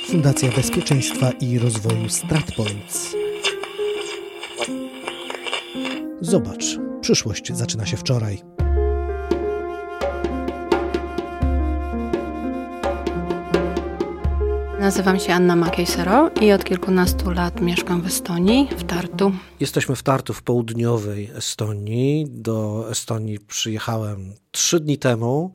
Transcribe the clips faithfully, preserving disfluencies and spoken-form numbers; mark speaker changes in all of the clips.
Speaker 1: Fundacja Bezpieczeństwa i Rozwoju StratPoints. Zobacz, przyszłość zaczyna się wczoraj.
Speaker 2: Nazywam się Anna Makiej-Sero i od kilkunastu lat mieszkam w Estonii, w Tartu.
Speaker 1: Jesteśmy w Tartu, w południowej Estonii. Do Estonii przyjechałem trzy dni temu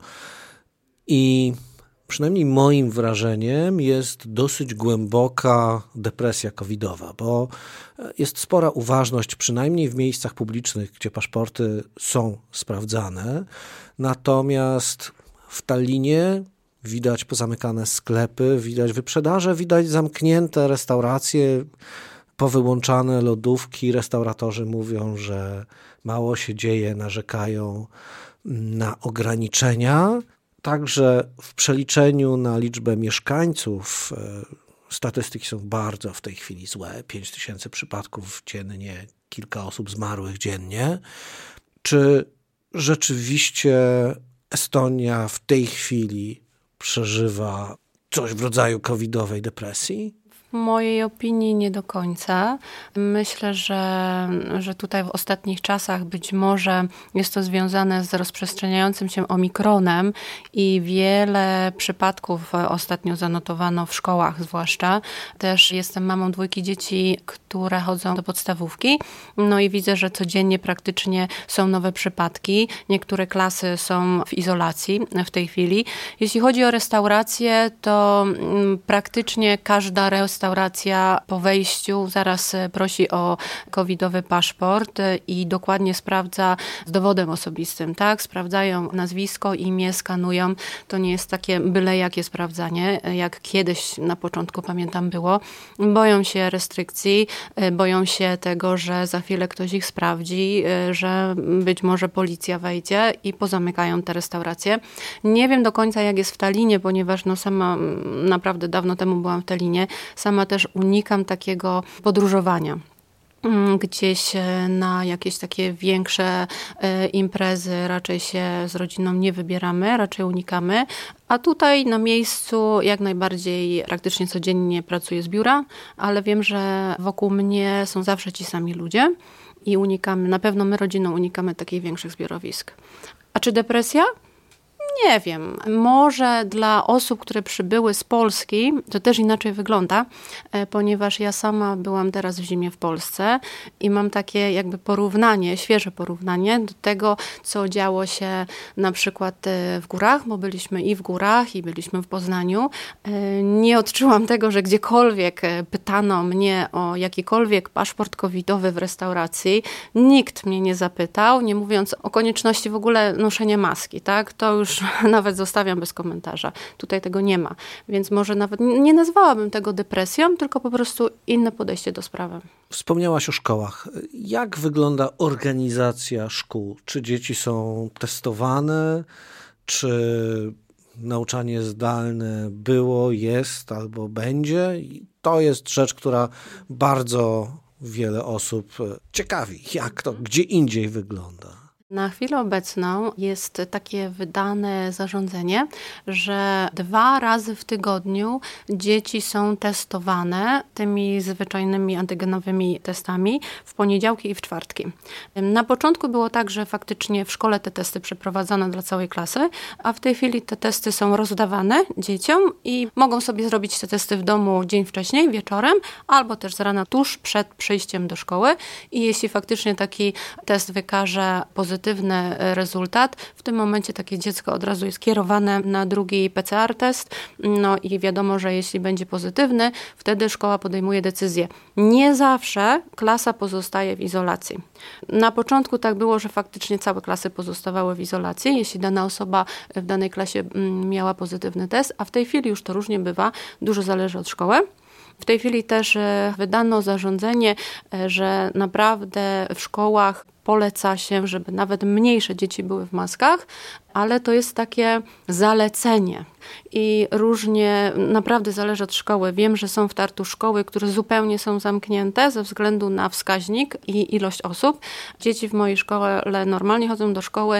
Speaker 1: i przynajmniej moim wrażeniem jest dosyć głęboka depresja covidowa, bo jest spora uważność, przynajmniej w miejscach publicznych, gdzie paszporty są sprawdzane. Natomiast w Tallinie widać pozamykane sklepy, widać wyprzedaże, widać zamknięte restauracje, powyłączane lodówki. Restauratorzy mówią, że mało się dzieje, narzekają na ograniczenia. Także w przeliczeniu na liczbę mieszkańców statystyki są bardzo w tej chwili złe. pięć tysięcy przypadków dziennie, kilka osób zmarłych dziennie. Czy rzeczywiście Estonia w tej chwili przeżywa coś w rodzaju covidowej depresji?
Speaker 2: W mojej opinii nie do końca. Myślę, że, że tutaj w ostatnich czasach być może jest to związane z rozprzestrzeniającym się omikronem i wiele przypadków ostatnio zanotowano w szkołach zwłaszcza. Też jestem mamą dwójki dzieci, które chodzą do podstawówki. No i widzę, że codziennie praktycznie są nowe przypadki. Niektóre klasy są w izolacji w tej chwili. Jeśli chodzi o restauracje, to praktycznie każda restauracja Restauracja po wejściu zaraz prosi o covidowy paszport i dokładnie sprawdza z dowodem osobistym, tak? Sprawdzają nazwisko, imię, skanują. To nie jest takie byle jakie sprawdzanie, jak kiedyś na początku, pamiętam, było. Boją się restrykcji, boją się tego, że za chwilę ktoś ich sprawdzi, że być może policja wejdzie i pozamykają te restauracje. Nie wiem do końca, jak jest w Tallinie, ponieważ no sama naprawdę dawno temu byłam w Tallinie. Sama też unikam takiego podróżowania gdzieś na jakieś takie większe imprezy. Raczej się z rodziną nie wybieramy, raczej unikamy. A tutaj na miejscu jak najbardziej praktycznie codziennie pracuję z biura, ale wiem, że wokół mnie są zawsze ci sami ludzie i unikamy, na pewno my rodziną unikamy takich większych zbiorowisk. A czy depresja? Nie wiem. Może dla osób, które przybyły z Polski, to też inaczej wygląda, ponieważ ja sama byłam teraz w zimie w Polsce i mam takie jakby porównanie, świeże porównanie do tego, co działo się na przykład w górach, bo byliśmy i w górach, i byliśmy w Poznaniu. Nie odczułam tego, że gdziekolwiek pytano mnie o jakikolwiek paszport covidowy w restauracji. Nikt mnie nie zapytał, nie mówiąc o konieczności w ogóle noszenia maski, tak? To już nawet zostawiam bez komentarza. Tutaj tego nie ma. Więc może nawet nie nazwałabym tego depresją, tylko po prostu inne podejście do sprawy.
Speaker 1: Wspomniałaś o szkołach. Jak wygląda organizacja szkół? Czy dzieci są testowane? Czy nauczanie zdalne było, jest albo będzie? I to jest rzecz, która bardzo wiele osób ciekawi. Jak to gdzie indziej wygląda?
Speaker 2: Na chwilę obecną jest takie wydane zarządzenie, że dwa razy w tygodniu dzieci są testowane tymi zwyczajnymi antygenowymi testami w poniedziałki i w czwartki. Na początku było tak, że faktycznie w szkole te testy przeprowadzano dla całej klasy, a w tej chwili te testy są rozdawane dzieciom i mogą sobie zrobić te testy w domu dzień wcześniej, wieczorem, albo też z rana tuż przed przyjściem do szkoły i jeśli faktycznie taki test wykaże pozytywny pozytywny rezultat, w tym momencie takie dziecko od razu jest kierowane na drugi P C R test, no i wiadomo, że jeśli będzie pozytywny, wtedy szkoła podejmuje decyzję. Nie zawsze klasa pozostaje w izolacji. Na początku tak było, że faktycznie całe klasy pozostawały w izolacji, jeśli dana osoba w danej klasie miała pozytywny test, a w tej chwili już to różnie bywa, dużo zależy od szkoły. W tej chwili też wydano zarządzenie, że naprawdę w szkołach poleca się, żeby nawet mniejsze dzieci były w maskach, ale to jest takie zalecenie i różnie, naprawdę zależy od szkoły. Wiem, że są w Tartu szkoły, które zupełnie są zamknięte ze względu na wskaźnik i ilość osób. Dzieci w mojej szkole normalnie chodzą do szkoły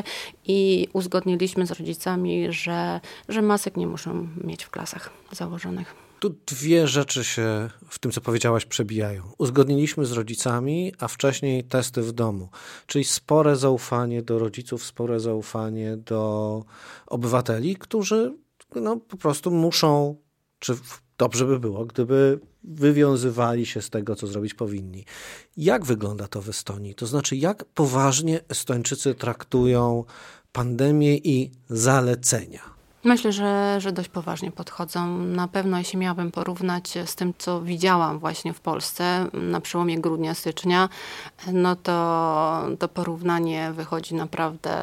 Speaker 2: i uzgodniliśmy z rodzicami, że, że masek nie muszą mieć w klasach założonych.
Speaker 1: Tu dwie rzeczy się w tym, co powiedziałaś, przebijają. Uzgodniliśmy z rodzicami, a wcześniej testy w domu. Czyli spore zaufanie do rodziców, spore zaufanie do obywateli, którzy no, po prostu muszą, czy dobrze by było, gdyby wywiązywali się z tego, co zrobić powinni. Jak wygląda to w Estonii? To znaczy, jak poważnie Estończycy traktują pandemię i zalecenia?
Speaker 2: Myślę, że, że dość poważnie podchodzą. Na pewno, jeśli miałabym porównać z tym, co widziałam właśnie w Polsce na przełomie grudnia, stycznia, no to, to porównanie wychodzi naprawdę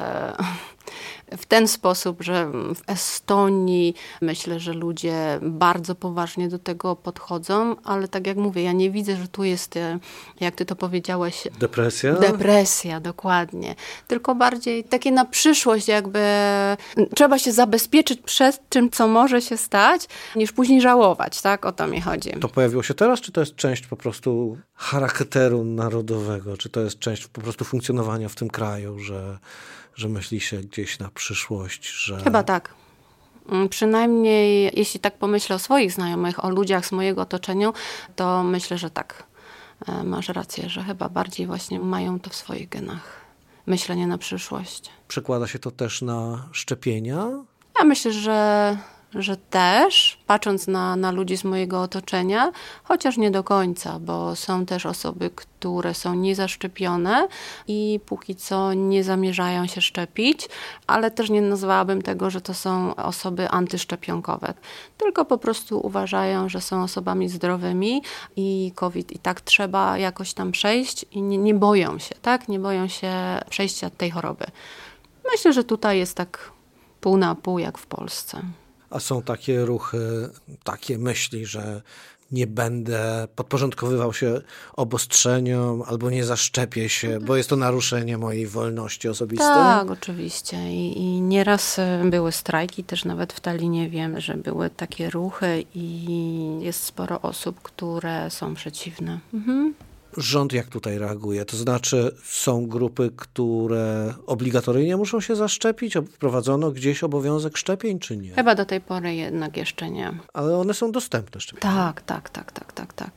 Speaker 2: w ten sposób, że w Estonii myślę, że ludzie bardzo poważnie do tego podchodzą, ale tak jak mówię, ja nie widzę, że tu jest, jak ty to powiedziałeś...
Speaker 1: Depresja?
Speaker 2: Depresja, dokładnie. Tylko bardziej takie na przyszłość jakby trzeba się zabezpieczyć przed czym, co może się stać, niż później żałować, tak? O to mi chodzi.
Speaker 1: To pojawiło się teraz, czy to jest część po prostu charakteru narodowego? Czy to jest część po prostu funkcjonowania w tym kraju, że że myśli się gdzieś na przyszłość, że...
Speaker 2: Chyba tak. Przynajmniej jeśli tak pomyślę o swoich znajomych, o ludziach z mojego otoczenia, to myślę, że tak. Masz rację, że chyba bardziej właśnie mają to w swoich genach. Myślenie na przyszłość.
Speaker 1: Przekłada się to też na szczepienia?
Speaker 2: Ja myślę, że, że też, patrząc na, na ludzi z mojego otoczenia, chociaż nie do końca, bo są też osoby, które są niezaszczepione i póki co nie zamierzają się szczepić, ale też nie nazwałabym tego, że to są osoby antyszczepionkowe, tylko po prostu uważają, że są osobami zdrowymi i COVID i tak trzeba jakoś tam przejść i nie, nie boją się, tak? Nie boją się przejścia tej choroby. Myślę, że tutaj jest tak pół na pół jak w Polsce.
Speaker 1: A są takie ruchy, takie myśli, że nie będę podporządkowywał się obostrzeniom albo nie zaszczepię się, bo jest to naruszenie mojej wolności osobistej?
Speaker 2: Tak, oczywiście. I, i nieraz były strajki, też nawet w Tallinie wiem, że były takie ruchy i jest sporo osób, które są przeciwne. Mhm.
Speaker 1: Rząd jak tutaj reaguje? To znaczy są grupy, które obligatoryjnie muszą się zaszczepić? Wprowadzono gdzieś obowiązek szczepień, czy nie?
Speaker 2: Chyba do tej pory jednak jeszcze nie.
Speaker 1: Ale one są dostępne szczepienia?
Speaker 2: Tak, tak, tak, tak, tak, tak.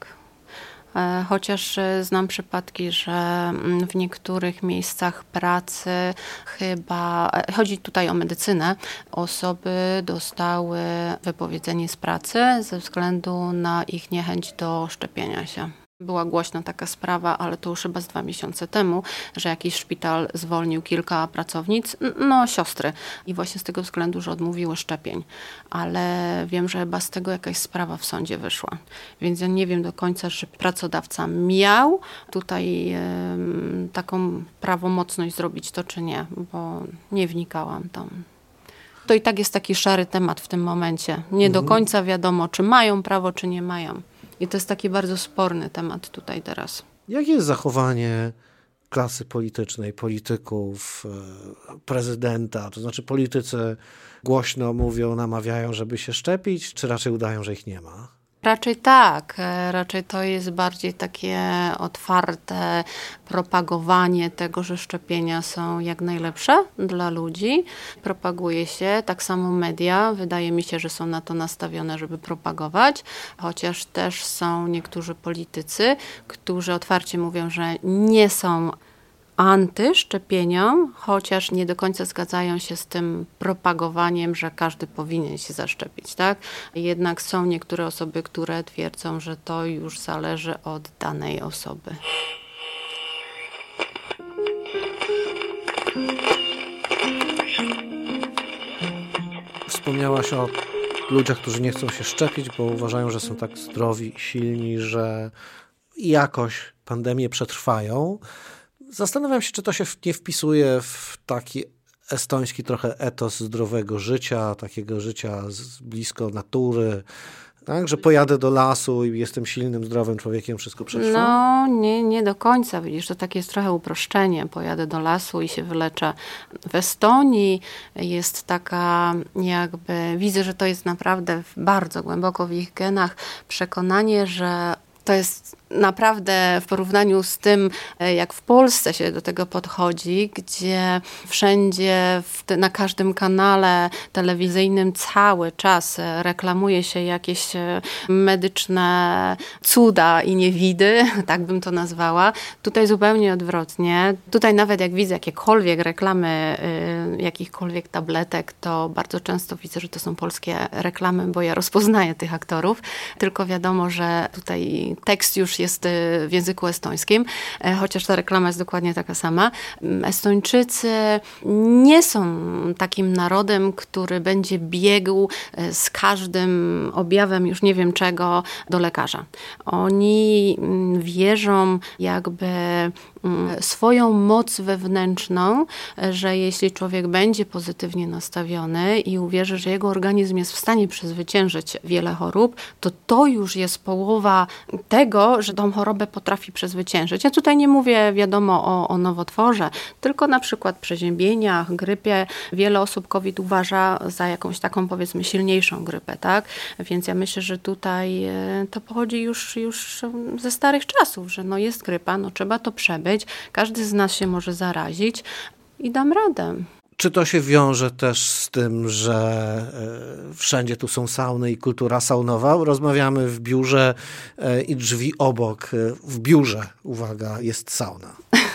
Speaker 2: Chociaż znam przypadki, że w niektórych miejscach pracy chyba, chodzi tutaj o medycynę, osoby dostały wypowiedzenie z pracy ze względu na ich niechęć do szczepienia się. Była głośna taka sprawa, ale to już chyba z dwa miesiące temu, że jakiś szpital zwolnił kilka pracownic, no siostry, i właśnie z tego względu, że odmówiły szczepień. Ale wiem, że chyba z tego jakaś sprawa w sądzie wyszła. Więc ja nie wiem do końca, czy pracodawca miał tutaj y, taką prawomocność zrobić to, czy nie, bo nie wnikałam tam. To i tak jest taki szary temat w tym momencie. Nie do końca wiadomo, czy mają prawo, czy nie mają. I to jest taki bardzo sporny temat tutaj teraz.
Speaker 1: Jakie jest zachowanie klasy politycznej, polityków, prezydenta? To znaczy politycy głośno mówią, namawiają, żeby się szczepić, czy raczej udają, że ich nie ma?
Speaker 2: Raczej tak. Raczej to jest bardziej takie otwarte propagowanie tego, że szczepienia są jak najlepsze dla ludzi. Propaguje się, tak samo media, wydaje mi się, że są na to nastawione, żeby propagować, chociaż też są niektórzy politycy, którzy otwarcie mówią, że nie są antyszczepieniom, chociaż nie do końca zgadzają się z tym propagowaniem, że każdy powinien się zaszczepić, tak? Jednak są niektóre osoby, które twierdzą, że to już zależy od danej osoby.
Speaker 1: Wspomniałaś o ludziach, którzy nie chcą się szczepić, bo uważają, że są tak zdrowi i silni, że jakoś pandemię przetrwają. Zastanawiam się, czy to się nie wpisuje w taki estoński trochę etos zdrowego życia, takiego życia z blisko natury, tak? Że pojadę do lasu i jestem silnym, zdrowym człowiekiem, wszystko przetrwa?
Speaker 2: No, nie, nie do końca, widzisz, to takie jest trochę uproszczenie. Pojadę do lasu i się wyleczę. W Estonii jest taka jakby, widzę, że to jest naprawdę bardzo głęboko w ich genach, przekonanie, że To jest naprawdę w porównaniu z tym, jak w Polsce się do tego podchodzi, gdzie wszędzie, w te, na każdym kanale telewizyjnym cały czas reklamuje się jakieś medyczne cuda i niewidy, tak bym to nazwała. Tutaj zupełnie odwrotnie. Tutaj nawet jak widzę jakiekolwiek reklamy y, jakichkolwiek tabletek, to bardzo często widzę, że to są polskie reklamy, bo ja rozpoznaję tych aktorów. Tylko wiadomo, że tutaj tekst już jest w języku estońskim, chociaż ta reklama jest dokładnie taka sama. Estończycy nie są takim narodem, który będzie biegł z każdym objawem już nie wiem czego do lekarza. Oni wierzą jakby swoją moc wewnętrzną, że jeśli człowiek będzie pozytywnie nastawiony i uwierzy, że jego organizm jest w stanie przezwyciężyć wiele chorób, to to już jest połowa tego, że tą chorobę potrafi przezwyciężyć. Ja tutaj nie mówię, wiadomo, o, o nowotworze, tylko na przykład przeziębieniach, grypie. Wiele osób COVID uważa za jakąś taką, powiedzmy, silniejszą grypę, tak? Więc ja myślę, że tutaj to pochodzi już, już ze starych czasów, że no jest grypa, no trzeba to przebyć. Każdy z nas się może zarazić i dam radę.
Speaker 1: Czy to się wiąże też z tym, że y, wszędzie tu są sauny i kultura saunowa? Rozmawiamy w biurze y, i drzwi obok, y, w biurze, uwaga, jest sauna.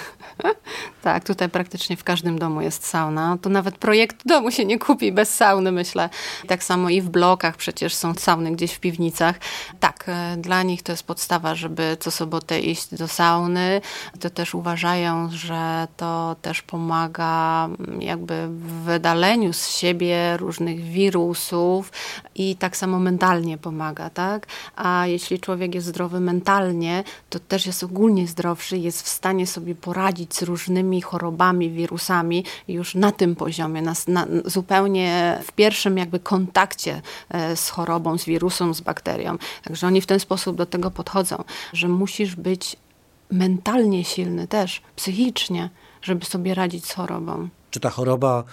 Speaker 2: Tak, tutaj praktycznie w każdym domu jest sauna. Tu nawet projekt domu się nie kupi bez sauny, myślę. Tak samo i w blokach przecież są sauny gdzieś w piwnicach. Tak, dla nich to jest podstawa, żeby co sobotę iść do sauny. To też uważają, że to też pomaga jakby w wydaleniu z siebie różnych wirusów i tak samo mentalnie pomaga, tak? A jeśli człowiek jest zdrowy mentalnie, to też jest ogólnie zdrowszy, jest w stanie sobie poradzić z różnymi chorobami, wirusami już na tym poziomie, na, na, zupełnie w pierwszym jakby kontakcie z chorobą, z wirusem, z bakterią. Także oni w ten sposób do tego podchodzą, że musisz być mentalnie silny też, psychicznie, żeby sobie radzić z chorobą.
Speaker 1: Czy ta choroba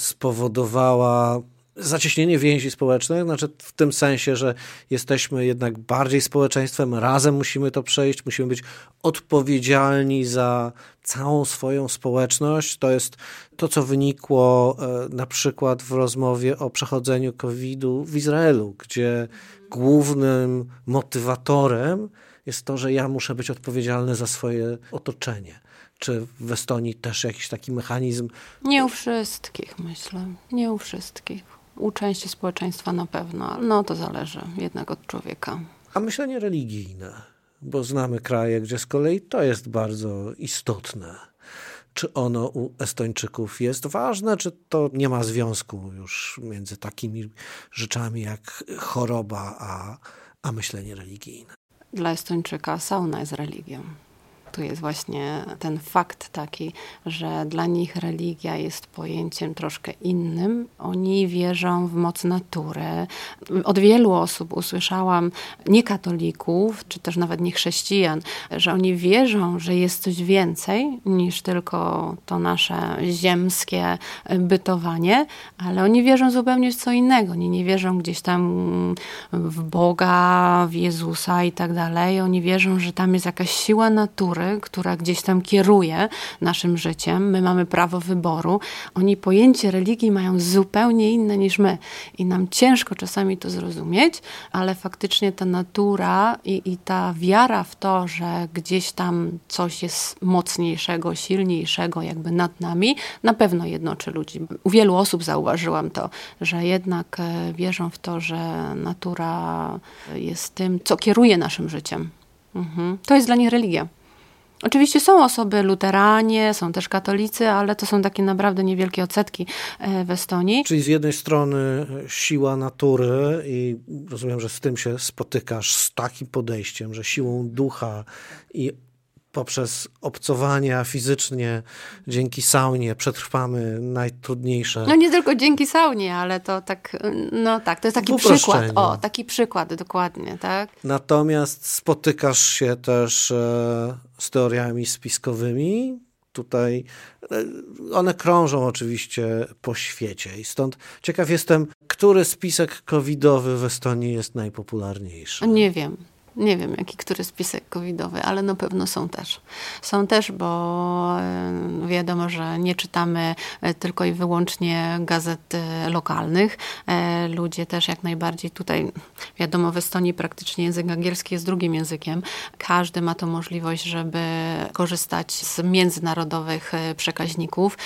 Speaker 1: spowodowała zacieśnienie więzi społecznych, znaczy w tym sensie, że jesteśmy jednak bardziej społeczeństwem, razem musimy to przejść, musimy być odpowiedzialni za całą swoją społeczność. To jest to, co wynikło na przykład w rozmowie o przechodzeniu kowida w Izraelu, gdzie głównym motywatorem jest to, że ja muszę być odpowiedzialny za swoje otoczenie. Czy w Estonii też jakiś taki mechanizm?
Speaker 2: Nie u wszystkich, myślę. Nie u wszystkich. U części społeczeństwa na pewno, no to zależy jednak od człowieka.
Speaker 1: A myślenie religijne, bo znamy kraje, gdzie z kolei to jest bardzo istotne. Czy ono u Estończyków jest ważne, czy to nie ma związku już między takimi rzeczami jak choroba, a, a myślenie religijne?
Speaker 2: Dla Estończyka sauna jest religią. Tu jest właśnie ten fakt taki, że dla nich religia jest pojęciem troszkę innym. Oni wierzą w moc natury. Od wielu osób usłyszałam, nie katolików, czy też nawet nie chrześcijan, że oni wierzą, że jest coś więcej niż tylko to nasze ziemskie bytowanie, ale oni wierzą zupełnie w co innego. Oni nie wierzą gdzieś tam w Boga, w Jezusa i tak dalej. Oni wierzą, że tam jest jakaś siła natury, która gdzieś tam kieruje naszym życiem. My mamy prawo wyboru. Oni pojęcie religii mają zupełnie inne niż my. I nam ciężko czasami to zrozumieć, ale faktycznie ta natura i, i ta wiara w to, że gdzieś tam coś jest mocniejszego, silniejszego jakby nad nami, na pewno jednoczy ludzi. U wielu osób zauważyłam to, że jednak wierzą w to, że natura jest tym, co kieruje naszym życiem. Mhm. To jest dla nich religia. Oczywiście są osoby luteranie, są też katolicy, ale to są takie naprawdę niewielkie odsetki w Estonii.
Speaker 1: Czyli z jednej strony siła natury i rozumiem, że z tym się spotykasz, z takim podejściem, że siłą ducha i poprzez obcowania fizycznie dzięki saunie przetrwamy najtrudniejsze.
Speaker 2: No nie tylko dzięki saunie, ale to tak, no tak, to jest taki przykład. O, taki przykład, dokładnie, tak.
Speaker 1: Natomiast spotykasz się też e, z teoriami spiskowymi. Tutaj e, one krążą oczywiście po świecie i stąd ciekaw jestem, który spisek covidowy w Estonii jest najpopularniejszy.
Speaker 2: Nie wiem. Nie wiem, jaki który spisek covidowy, ale na pewno są też. Są też, bo wiadomo, że nie czytamy tylko i wyłącznie gazet lokalnych. Ludzie też jak najbardziej tutaj, wiadomo, w Estonii praktycznie język angielski jest drugim językiem. Każdy ma to możliwość, żeby korzystać z międzynarodowych przekaźników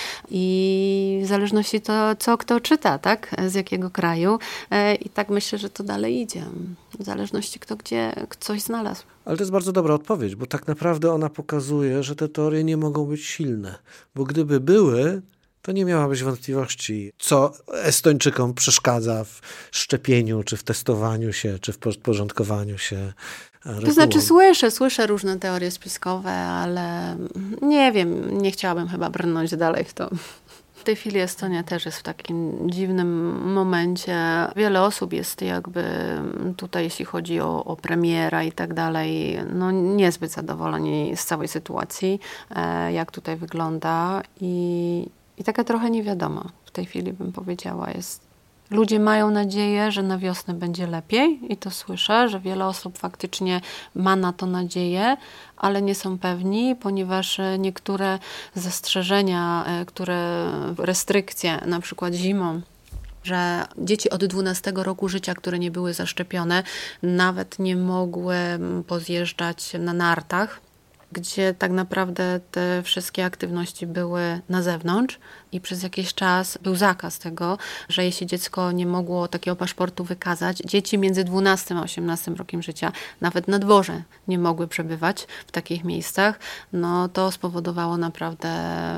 Speaker 2: i w zależności to, co kto czyta, tak? Z jakiego kraju. I tak myślę, że to dalej idzie. W zależności kto gdzie coś znalazł.
Speaker 1: Ale to jest bardzo dobra odpowiedź, bo tak naprawdę ona pokazuje, że te teorie nie mogą być silne. Bo gdyby były, to nie miałabyś wątpliwości, co Estończykom przeszkadza w szczepieniu, czy w testowaniu się, czy w podporządkowaniu się regułom.
Speaker 2: To znaczy słyszę, słyszę różne teorie spiskowe, ale nie wiem, nie chciałabym chyba brnąć dalej w to. W tej chwili Estonia też jest w takim dziwnym momencie. Wiele osób jest jakby tutaj, jeśli chodzi o, o premiera i tak dalej, no niezbyt zadowoleni z całej sytuacji, jak tutaj wygląda i, i taka trochę niewiadoma w tej chwili bym powiedziała jest. Ludzie mają nadzieję, że na wiosnę będzie lepiej i to słyszę, że wiele osób faktycznie ma na to nadzieję, ale nie są pewni, ponieważ niektóre zastrzeżenia, które restrykcje, na przykład zimą, że dzieci od dwunastego roku życia, które nie były zaszczepione, nawet nie mogły pozjeżdżać na nartach, gdzie tak naprawdę te wszystkie aktywności były na zewnątrz i przez jakiś czas był zakaz tego, że jeśli dziecko nie mogło takiego paszportu wykazać, dzieci między dwunastym a osiemnastym rokiem życia nawet na dworze nie mogły przebywać w takich miejscach, no to spowodowało naprawdę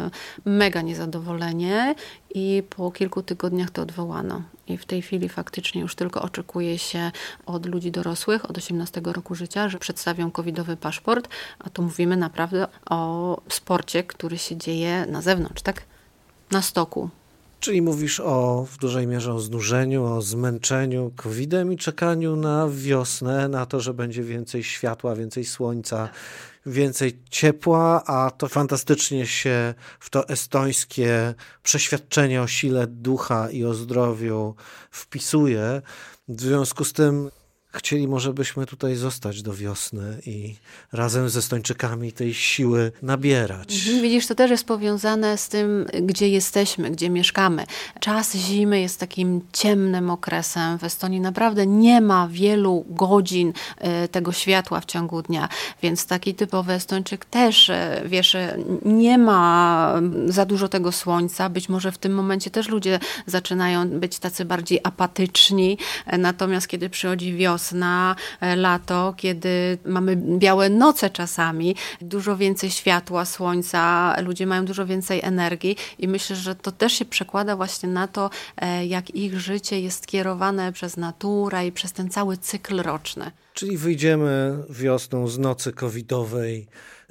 Speaker 2: mega niezadowolenie i po kilku tygodniach to odwołano. I w tej chwili faktycznie już tylko oczekuje się od ludzi dorosłych od osiemnastego roku życia, że przedstawią covidowy paszport, a tu mówimy naprawdę o sporcie, który się dzieje na zewnątrz, tak? Na stoku.
Speaker 1: Czyli mówisz o w dużej mierze o znużeniu, o zmęczeniu kowidem i czekaniu na wiosnę, na to, że będzie więcej światła, więcej słońca, więcej ciepła, a to fantastycznie się w to estońskie przeświadczenie o sile ducha i o zdrowiu wpisuje. W związku z tym chcieli może byśmy tutaj zostać do wiosny i razem ze Estończykami tej siły nabierać.
Speaker 2: Mhm, widzisz, to też jest powiązane z tym, gdzie jesteśmy, gdzie mieszkamy. Czas zimy jest takim ciemnym okresem. W Estonii naprawdę nie ma wielu godzin y, tego światła w ciągu dnia, więc taki typowy Estończyk też, y, wiesz, nie ma za dużo tego słońca. Być może w tym momencie też ludzie zaczynają być tacy bardziej apatyczni, y, natomiast kiedy przychodzi wiosna, na lato, kiedy mamy białe noce czasami, dużo więcej światła, słońca, ludzie mają dużo więcej energii i myślę, że to też się przekłada właśnie na to, jak ich życie jest kierowane przez naturę i przez ten cały cykl roczny.
Speaker 1: Czyli wyjdziemy wiosną z nocy covidowej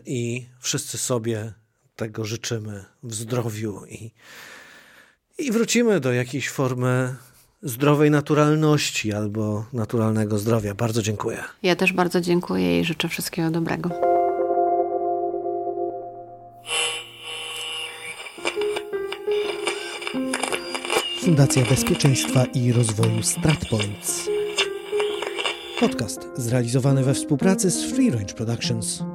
Speaker 1: i wszyscy sobie tego życzymy w zdrowiu i, i wrócimy do jakiejś formy zdrowej naturalności albo naturalnego zdrowia. Bardzo dziękuję.
Speaker 2: Ja też bardzo dziękuję i życzę wszystkiego dobrego.
Speaker 3: Fundacja Bezpieczeństwa i Rozwoju StratPoints. Podcast zrealizowany we współpracy z Free Range Productions.